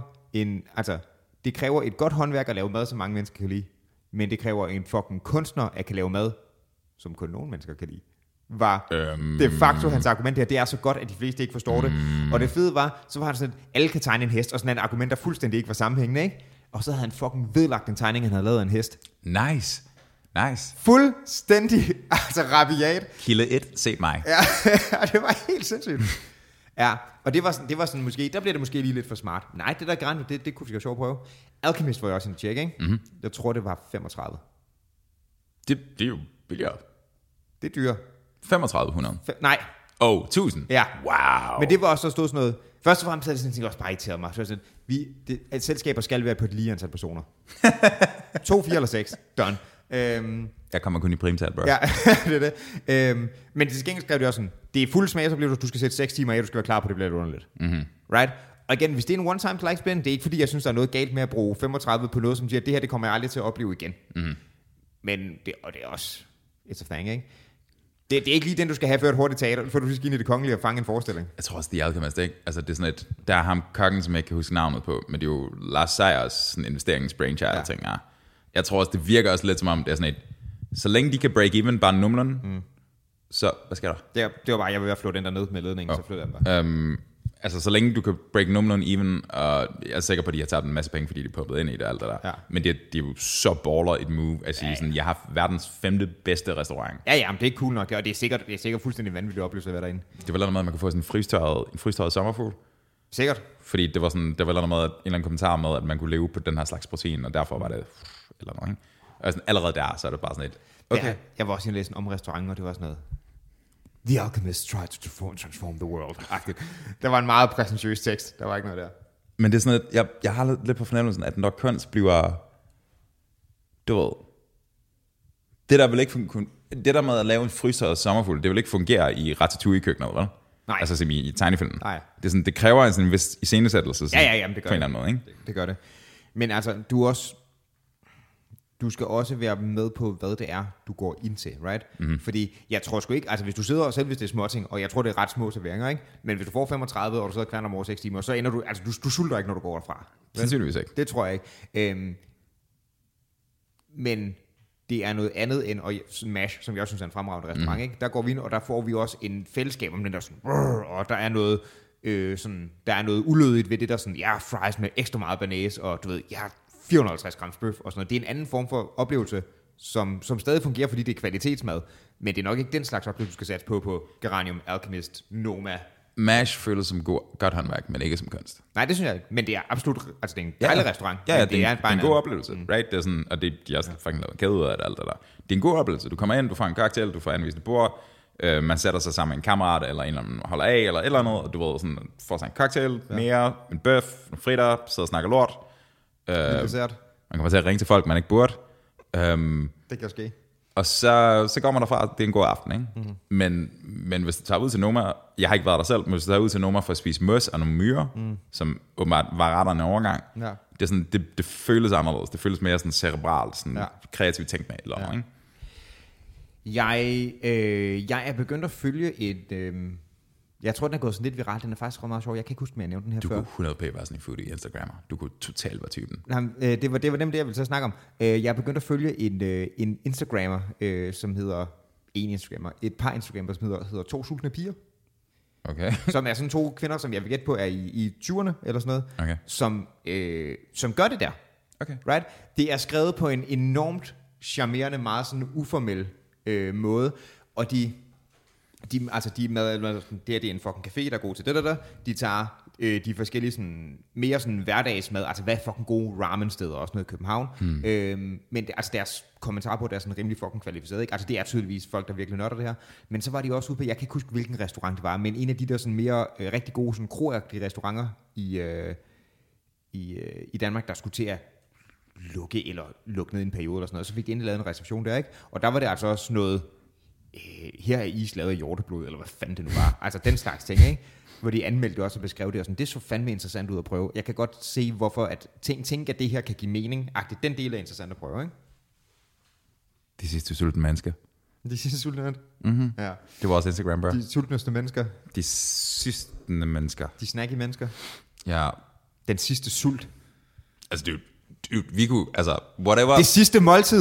kræver et godt håndværk at lave mad, som mange mennesker kan lide, men det kræver en fucking kunstner at kan lave mad, som kun nogle mennesker kan lide. Var de facto hans argument her, det er så godt, at de fleste ikke forstår det. Og det fede var, så var han sådan, at alle kan tegne en hest, og sådan en argument, der fuldstændig ikke var sammenhængende, ikke? Og så havde han fucking vedlagt en tegning, han havde lavet af en hest. Nice. Fuldstændig, altså rabiat. Kilde 1, se mig. Ja, det var helt sindssygt. Ja, og det var sådan måske, der blev det måske lige lidt for smart. Nej, det der græn, det kunne vi jo sjovt prøve. Alchemist var jo også en tjek, ikke? Mm-hmm. Jeg tror, det var 35. Det er jo billigere. Det er dyre. 3500? Nej. 1000? Ja. Wow. Men det var også så stod sådan noget. Først og fremmest havde det sådan, også bare irriteret mig. Så sådan, selskaber skal være på et lige antal personer. 2, 4 eller 6. Done. Jeg kommer kun i primtal, bro. Ja, det er det. Men til gengæld skrev de også sådan, det er fuld smagsoplevelse, du skal sætte 6 timer af, du skal være klar på, det bliver lidt underligt. Right? Og igen, hvis det er en one-time like spin, det er ikke fordi, jeg synes, der er noget galt med at bruge 35 på noget, som siger, det her, det kommer jeg aldrig til at opleve igen. Men det er også, it's a thing, ikke? Det er ikke lige den, du skal have før et hurtigt teater, før du skal ind i det kongelige og fange en forestilling. Jeg tror også, det er Alchemist, ikke? Altså, det er sådan et, der er ham kokken, som jeg ikke kan huske navnet på, men det er jo Lars Seiers sådan investeringsbrainchild, ting. Ja. Jeg tror også, det virker også lidt som om, det er sådan et, så længe de kan break even bare numlerne, så, hvad sker der? Det var bare, jeg vil være flå den der ned med ledningen, så flytter den bare. Altså, så længe du kan break numlerne even, og jeg er sikker på, at de har taget en masse penge, fordi de er pumpet ind i det og alt det der. Ja. Men det er jo så baller et move, at sige sådan, jeg har haft verdens 5. bedste restaurant. Ja, men det er ikke cool nok, og det er sikkert fuldstændig vanvittigt oplevelse at være derinde. Det var noget med, at man kunne få sådan en frystørret sommerfugl. Sikkert. Fordi det var sådan, der var noget med, en eller anden kommentar med, at man kunne leve på den her slags protein, og derfor var det, eller noget, ikke? Og sådan, allerede der, så er det bare sådan et, okay. Ja, jeg var også inde og læse om restauranter, og det var sådan noget, The Alchemist tried to transform the world. Der var en meget præsentøs tekst. Der var ikke noget der. Men det er sådan, at jeg har lidt på fornemmelsen, at når kunst bliver, du ved, det der med at lave en frystørret sommerfugl, det vil ikke fungere i Ratatouille-køkkenet, vel? Nej. Altså som i tegnefilmen. Nej. Det er sådan, det kræver en vis iscenesættelse. Ja, det gør på en eller anden måde, ikke? Det gør det. Men altså, du skal også være med på, hvad det er, du går ind til, right? Fordi jeg tror sgu ikke, altså hvis du sidder, selv hvis det er småting, og jeg tror, det er ret små serveringer, ikke? Men hvis du får 35, og du sidder og kværner om over 6 timer, så ender du, altså du sulter ikke, når du går derfra. Sandsynligvis ikke. Det tror jeg ikke. Men det er noget andet end MASH, som jeg også synes er en fremragende restaurant, ikke? Der går vi ind, og der får vi også en fællesskab om den der sådan, og der er noget, der er noget ulødigt ved det der sådan, fries med ekstra meget banæs, og du ved, 450 grams bøf og sådan noget. Det er en anden form for oplevelse, som stadig fungerer, fordi det er kvalitetsmad. Men det er nok ikke den slags oplevelse, du skal satse på Geranium, Alchemist, Noma. MASH føles som godt håndværk, men ikke som kunst. Nej, det synes jeg ikke. Men det er absolut, altså det er en dejlig restaurant. Ja, det er en god oplevelse, right? Det er sådan, og de har også fucking lavet kæde ud af det, alt det der. Det er en god oplevelse. Du kommer ind, du får en cocktail, du får anvist et bord, man sætter sig sammen med en kammerat, eller en eller anden holder af, eller et eller andet, og du ved, sådan, får sig en cocktail, mere, en bøf, nogle fritter, sidder og snakker lort. Man kommer til at ringe til folk, man ikke burde. Det kan ske. Og så går man derfra, det er en god aften, ikke? Men hvis du tager ud til Noma, jeg har ikke været der selv, men hvis du tager ud til Noma for at spise møs og nogle myrer, som åbenbart var retterne overgang, det er sådan, det føles anderledes. Det føles mere sådan cerebralt, sådan kreativt tænkt med eller ikke? Jeg er begyndt at følge et... jeg tror, den er gået sådan lidt viralt. Den er faktisk ret meget sjov. Jeg kan ikke huske, om jeg nævnte den her før. Du kunne 100p være sådan en foodie Instagrammer. Du kunne totalt være typen. Det var dem, jeg ville så snakke om. Jeg er begyndt at følge en Instagrammer, som hedder... Et par Instagrammer, som hedder 2 sultne piger. Okay. Som er sådan 2 kvinder, som jeg vil gætte på er i 20'erne eller sådan noget. Okay. Som gør det der. Okay. Right? Det er skrevet på en enormt charmerende, meget sådan uformel måde. Og det er en fucking café, der er god til det der. De tager de forskellige sådan, mere sådan hverdagsmad, altså hvad fucking gode ramen-steder, også noget i København. Men deres kommentar på det er sådan rimelig fucking kvalificeret, ikke? Altså det er tydeligvis folk, der virkelig nørder det her. Men så var de også ude på, jeg kan ikke huske, hvilken restaurant det var, men en af de der sådan mere rigtig gode sådan kroagtige restauranter i Danmark, der skulle til at lukke ned i en periode eller sådan noget. Så fik de endelig lavet en reception der, ikke? Og der var det altså også noget, her er is lavet af hjorteblod, eller hvad fanden det nu var. Altså den slags ting, ikke? Hvor de anmeldte også og beskrev det, og sådan, det så fandme interessant ud at prøve. Jeg kan godt se, hvorfor at tænke, at det her kan give mening. Den del er interessant at prøve, ikke? De sidste sultne mennesker. De sidste sultne mennesker? Ja. Det var også Instagram, bro. De sultneste mennesker. De sidste mennesker. De snacky mennesker. Ja. Den sidste sult. Altså, dude, vi kunne, altså, whatever. Det sidste måltid.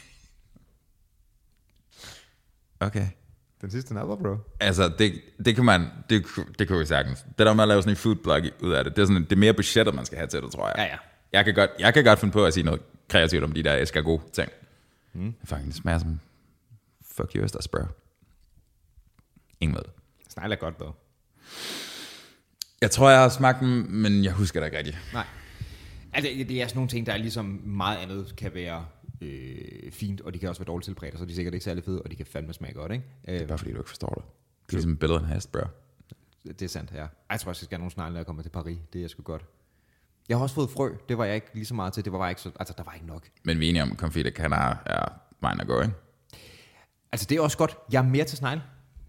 Okay. Den sidste napper, bro. Altså, det kan vi sagtens. Det der med at lave sådan en foodblog ud af det, det er, sådan, det er mere budgettet, man skal have til det, tror jeg. Ja. Jeg kan godt finde på at sige noget kreativt om de der escargot-ting. Det faktisk smager som fuck you, østers, bro. Ingen med det. Snegl er godt, dog. Jeg tror, jeg har smagt dem, men jeg husker det ikke rigtigt. Nej. Altså, det er sådan nogle ting, der er ligesom meget andet kan være fint, og de kan også være dårligt tilberedt, så de er sikkert ikke særlig fede, og de kan fandme smage godt, ikke? Det er bare fordi, du ikke forstår det. Det er ligesom et billede af en hest, bro. Det er sandt, ja. Jeg tror, jeg skal have nogle snegle, når jeg kommer til Paris. Det er sgu godt. Jeg har også fået frø. Det var jeg ikke lige så meget til. Det var bare ikke så, altså, der var ikke nok. Men vi er enige om, confit de canard er vejen at gå, ikke? Altså, det er også godt. Jeg er mere til snegle.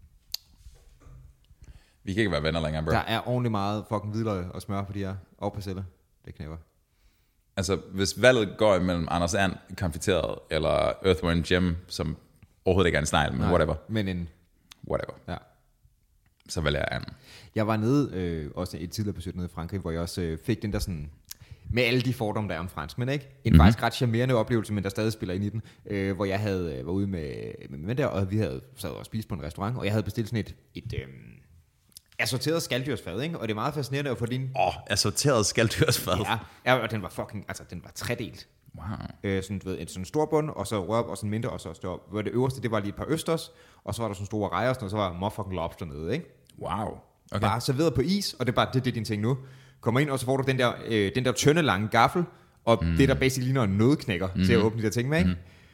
Vi kan ikke være venner længere, bro. Der er ordentligt meget fucking hvidløg og smør på de her, og persille. Det knæver. Altså, hvis valget går imellem Anders And, konfiteret, eller Earthworm Jim, som overhovedet ikke er en snegl, men whatever. Men en... Whatever. Ja. Så vælger jeg And. Jeg var nede, også et tidligere besøg nede i Frankrig, hvor jeg også fik den der sådan... Med alle de fordomme, der er om fransk, men ikke? En faktisk ret charmerende oplevelse, men der stadig spiller ind i den. Hvor jeg var ude med der, og vi havde sad og spist på en restaurant, og jeg havde bestilt sådan et assorteret skalddyrsfad, ikke? Og det er meget fascinerende at få din... Assorteret skalddyrsfad. Ja, og den var fucking... Altså, den var tredelt. Wow. Sådan, du ved, en sådan stor bund, og så røb, og sådan mindre, og så større. Hvor det øverste, det var lige et par østers, og så var der sådan store rejer, og så var motherfucking lobster nede, ikke? Wow. Okay. Bare serveret på is, og det er bare det er din ting nu. Kommer ind, og så får du den der tynde lange gaffel, og det der basically ligner en nødknækker til at åbne de der ting med, ikke?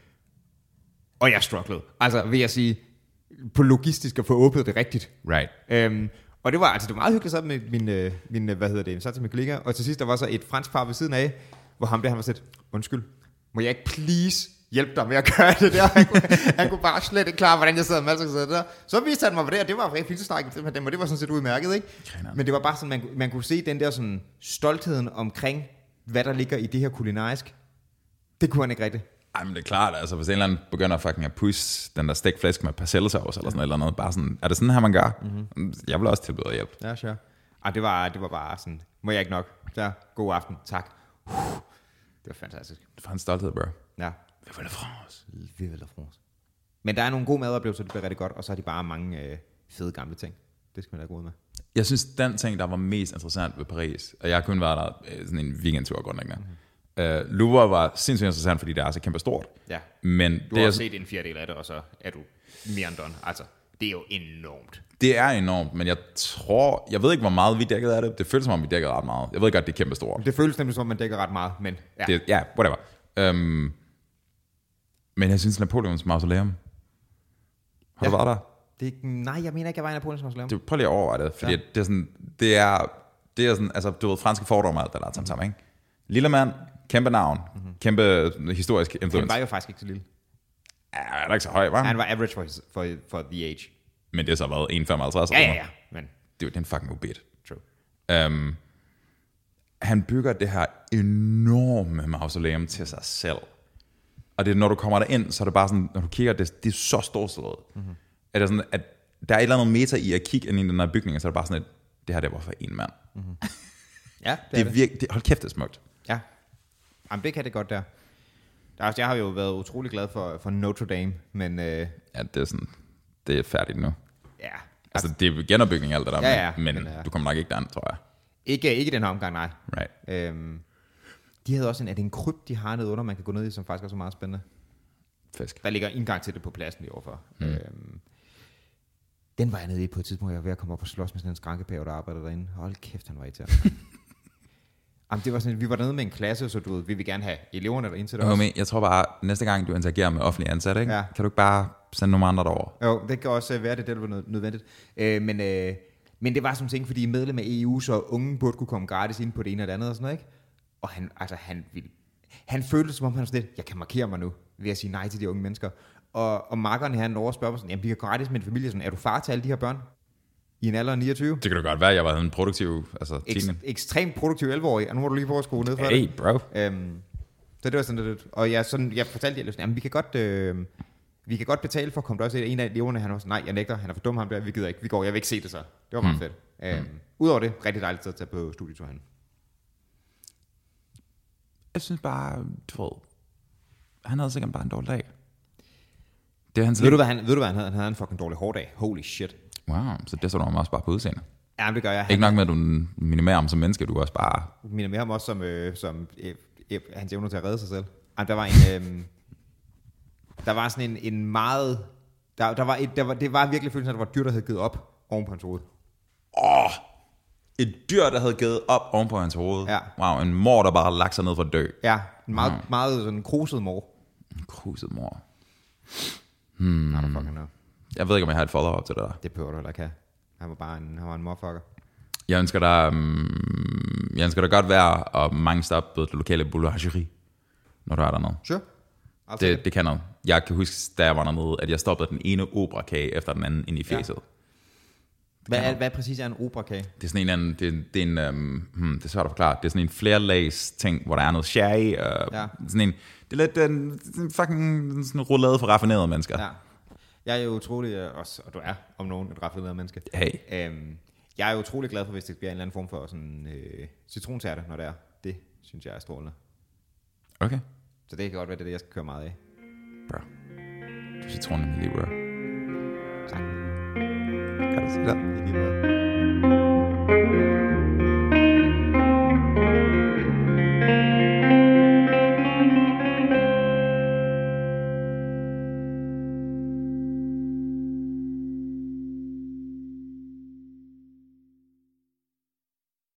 Og jeg strugglede. Altså, vil jeg sige, på logistisk at få åbnet det rigtigt. Right. Og det var meget hyggeligt sammen med min så til min kollega, og til sidst der var så et fransk par ved siden af, hvor han var sådan, undskyld, må jeg ikke please hjælpe dig med at gøre det der? Han kunne bare slet ikke klare, hvordan jeg sad med alt sådan der. Så viste han mig, hvad det var rigtig filsesnak med dem, og det var sådan set udmærket, ikke? Men det var bare sådan, man kunne se den der sådan stoltheden omkring, hvad der ligger i det her kulinarisk. Det kunne han ikke rigtigt. Ej, men det er klart, altså hvis en eller anden begynder fucking at pusse den der stegt flæsk med persillesauce eller sådan eller noget, bare sådan, er det sådan her, man gør? Jeg vil også tilbyde hjælp. Ja, sure. Ej, det var bare sådan, må jeg ikke nok? Ja, god aften, tak. Det var fantastisk. Det var en stolthed, bro. Ja. Vive la France. Vive la France. Men der er nogle gode madoplevelser, det bliver rigtig godt, og så er de bare mange fede gamle ting. Det skal man da gå ud med. Jeg synes, den ting, der var mest interessant ved Paris, og jeg kunne være der sådan en weekendtur grundlæggende. Louvre var sindssygt interessant, fordi det er så kæmpe stort. Ja. Men du har set en fjerdedel af det, og så er du mere end done. Altså, det er jo enormt. Det er enormt, men jeg ved ikke, hvor meget vi dækkede af det. Det føles som om, vi dækkede ret meget. Jeg ved godt, det er kæmpe stort. Det føles nemlig som om, man dækker ret meget, men ja. Whatever. Men jeg synes, Napoleons mausoleum. Har du været der? Nej, jeg mener ikke, jeg var i Napoleons mausoleum. Prøv lige at overveje det, fordi det er sådan, det er sådan, altså du ved, franske fordomme og alt det der sammen, ikke? Lille mand, kæmpe navn, kæmpe historisk influence. Han var jo faktisk ikke så lille. Ja, han er ikke så høj, var han? Han var average for the age. Men det har så været 1,55. Ja. Men det er jo en fucking ubit. True. Han bygger det her enorme mausoleum til sig selv. Og det, når du kommer derind, så er det bare sådan, når du kigger, det er så storslået. Er det sådan, at der er et eller andet meta i at kigge ind i den her bygning, så er det bare sådan, at det her det var for en mand. Ja, det er virkelig, hold kæft, det er smukt. Ja, jamen det kan det godt der. Jeg har jo været utrolig glad for Notre Dame, men... Ja, det er sådan, det er færdigt nu. Ja. Altså, det er genopbygning alt det der, men ja. du kommer nok ikke derind, tror jeg. Ikke den her omgang, nej. Right. De havde også er det en krypt, de har nede under, man kan gå ned i, som faktisk også er meget spændende. Fisk. Der ligger indgang til det på pladsen lige overfor. Den var jeg nede i på et tidspunkt, jeg var ved at komme op og slås med sådan en skrankepæve, der arbejdede derinde. Hold kæft, han var irriterende. Jamen, det var sådan, vi var nede med en klasse, så du ved, vi vil gerne have eleverne derinde til det også. Jeg tror bare, næste gang du interagerer med offentlige ansatte, ikke? Ja. Kan du ikke bare sende nogle andre derover? Jo, det kan også være, det var nødvendigt. Men det var sådan ting, fordi I er medlem af EU, så unge burde kunne komme gratis ind på det ene og det andet og sådan noget, ikke? Og han følte som om han var sådan lidt, jeg kan markere mig nu, ved at sige nej til de unge mennesker. Og markeren han over spørger mig sådan, jamen vi kan gratis med en familie, sådan, er du far til alle de her børn? I en alder af 29? Det kan du godt være, jeg var en produktiv, altså ekstremt produktiv 11-årig, og nu må du lige få at skrue ned for det. Hey, bro. Så det var sådan lidt, og jeg fortalte jer, jamen vi kan godt betale for at komme der også. En af eleverne, han var sådan, nej, jeg nægter, han er for dum ham der, vi gider ikke, vi går, jeg vil ikke se det så. Det var meget fedt. Udover det, rigtig dejligt at tage på studietur han. Jeg synes bare, du ved, han havde sikkert bare en dårlig dag. Ved du hvad han havde? Han havde en fucking dårlig hårdag. Holy shit. Wow, så det så du også bare på udseende. Ja, det gør jeg. Ikke nok med, at du minimerer ham som menneske, du også bare... Minimerer ham også som hans evne til at redde sig selv. Jamen, der var der var sådan en meget... Det var virkelig følelsen, at der var et dyr, der havde givet op oven på hans hoved. Et dyr, der havde givet op oven på hans hoved. Ja. Wow, en mor, der bare har lagt sig ned for at dø. Ja, en meget sådan kruset mor. En kruset mor. Jeg ved ikke, om jeg har et follow-up til det der. Det behøver du heller ikke have. Han var en motherfucker. Jeg ønsker dig godt vejr og mange stop ved det lokale boulangerie, når du er dernede. Sure. Det kan noget. Jeg kan huske, da jeg var dernede, at jeg stoppede den ene operakage efter den anden ind i fjeset. Hvad præcis er en operakage? Det er sådan en anden, det er det er svært at forklare. Det er sådan en flerlags ting, hvor der er noget sherry. Sådan en, det er lidt en fucking sådan roulade for raffinerede mennesker. Ja. Jeg er jo utrolig, også, og du er om nogen et raffineret menneske. Hey. Jeg er jo utrolig glad for, hvis det bliver en eller anden form for sådan citronsærte, når det er. Det synes jeg er strålende. Okay. Så det kan godt være, det er det, jeg skal køre meget af. Bro. Du er citronen i mit liv, bro. Tak. Kan du sige det? I lige måde.